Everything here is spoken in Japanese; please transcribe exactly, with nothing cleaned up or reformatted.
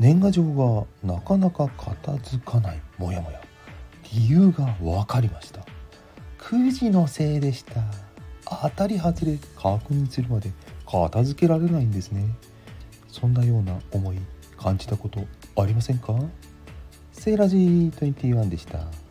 年賀状がなかなか片付かないモヤモヤ、理由が分かりました。くじのせいでした。当たり外れ確認するまで片付けられないんですね。そんなような思い感じたことありませんか？セーラジーにじゅういちでした。